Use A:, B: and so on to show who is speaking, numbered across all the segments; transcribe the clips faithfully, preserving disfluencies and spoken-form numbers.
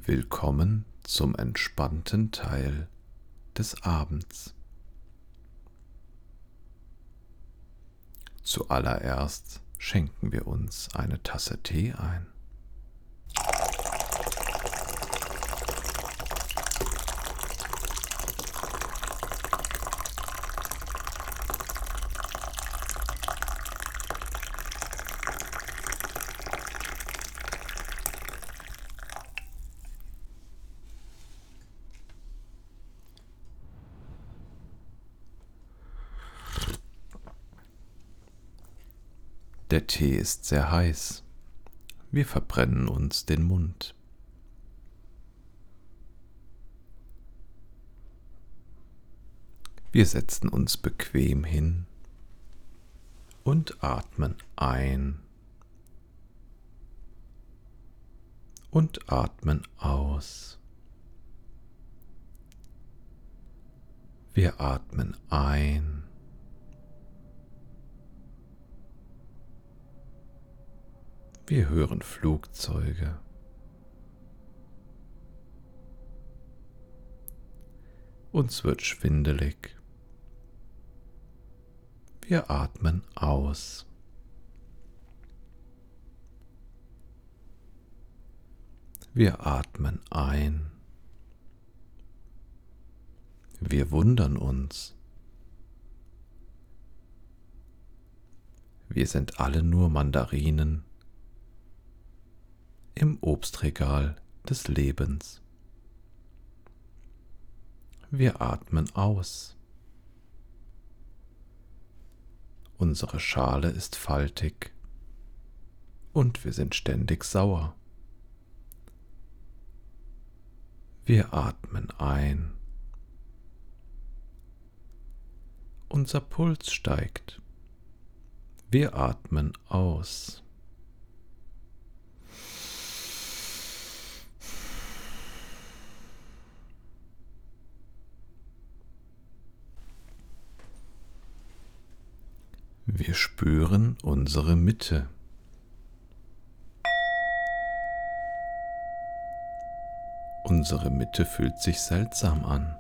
A: Willkommen zum entspannten Teil des Abends. Zuallererst schenken wir uns eine Tasse Tee ein. Der Tee ist sehr heiß. Wir verbrennen uns den Mund. Wir setzen uns bequem hin und atmen ein und atmen aus. Wir atmen ein Wir hören Flugzeuge. Uns wird schwindelig. Wir atmen aus. Wir atmen ein. Wir wundern uns. Wir sind alle nur Mandarinen im Obstregal des Lebens. Wir atmen aus. Unsere Schale ist faltig und wir sind ständig sauer. Wir atmen ein. Unser Puls steigt. Wir atmen aus. Wir spüren unsere Mitte. Unsere Mitte fühlt sich seltsam an.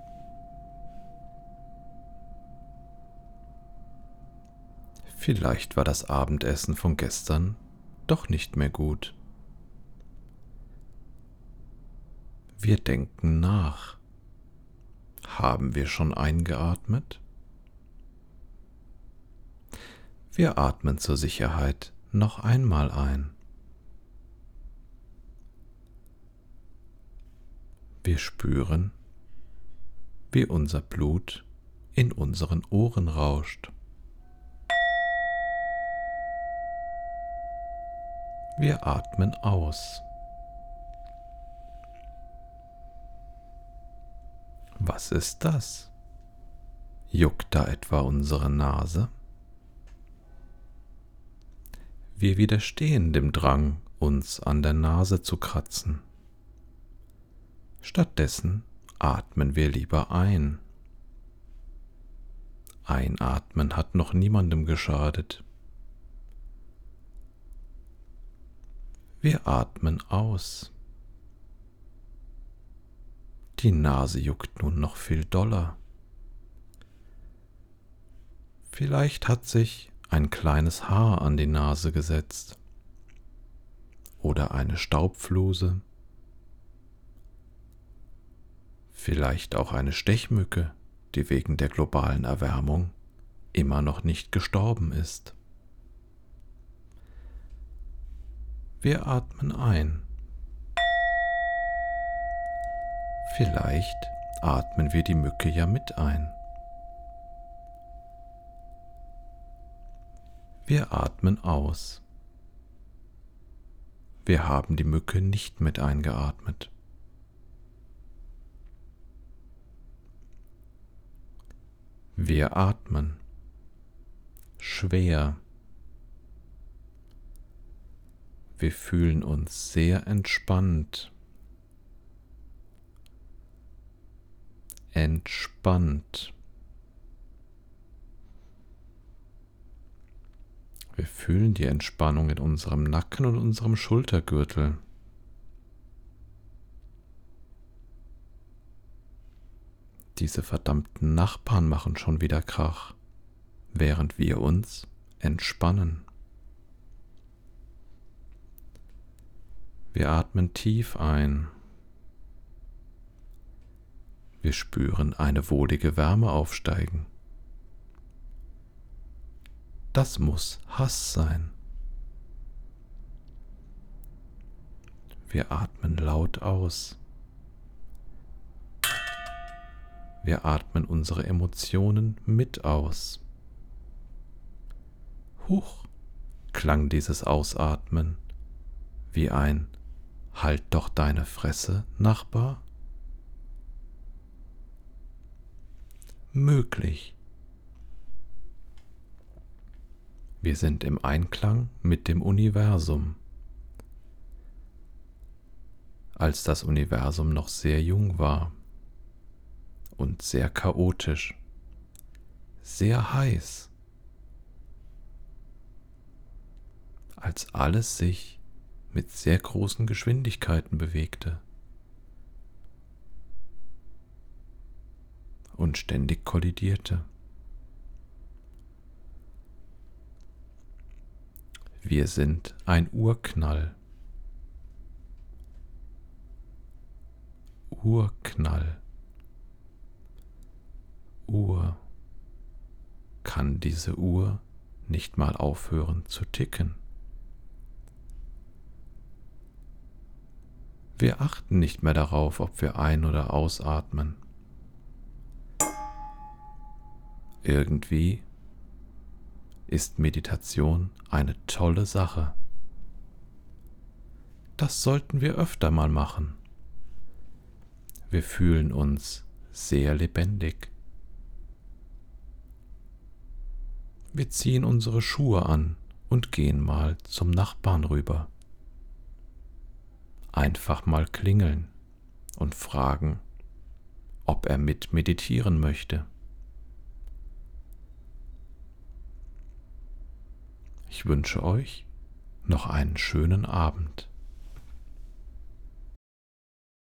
A: Vielleicht war das Abendessen von gestern doch nicht mehr gut. Wir denken nach. Haben wir schon eingeatmet? Wir atmen zur Sicherheit noch einmal ein. Wir spüren, wie unser Blut in unseren Ohren rauscht. Wir atmen aus. Was ist das? Juckt da etwa unsere Nase? Wir widerstehen dem Drang, uns an der Nase zu kratzen. Stattdessen atmen wir lieber ein. Einatmen hat noch niemandem geschadet. Wir atmen aus. Die Nase juckt nun noch viel doller. Vielleicht hat sich ein kleines Haar an die Nase gesetzt oder eine Staubfluse, vielleicht auch eine Stechmücke, die wegen der globalen Erwärmung immer noch nicht gestorben ist. Wir atmen ein. Vielleicht atmen wir die Mücke ja mit ein. Wir atmen aus. Wir haben die Mücke nicht mit eingeatmet. Wir atmen schwer. Wir fühlen uns sehr entspannt. Entspannt. Wir fühlen die Entspannung in unserem Nacken und unserem Schultergürtel. Diese verdammten Nachbarn machen schon wieder Krach, während wir uns entspannen. Wir atmen tief ein. Wir spüren eine wohlige Wärme aufsteigen. Das muss Hass sein. Wir atmen laut aus. Wir atmen unsere Emotionen mit aus. Huch, klang dieses Ausatmen wie ein Halt doch deine Fresse, Nachbar? Möglich. Wir sind im Einklang mit dem Universum. Als das Universum noch sehr jung war und sehr chaotisch, sehr heiß, als alles sich mit sehr großen Geschwindigkeiten bewegte und ständig kollidierte. Wir sind ein Urknall. Urknall. Uhr. Kann diese Uhr nicht mal aufhören zu ticken? Wir achten nicht mehr darauf, ob wir ein- oder ausatmen. Irgendwie ist Meditation eine tolle Sache. Das sollten wir öfter mal machen. Wir fühlen uns sehr lebendig. Wir ziehen unsere Schuhe an und gehen mal zum Nachbarn rüber. Einfach mal klingeln und fragen, ob er mit meditieren möchte. Ich wünsche euch noch einen schönen Abend.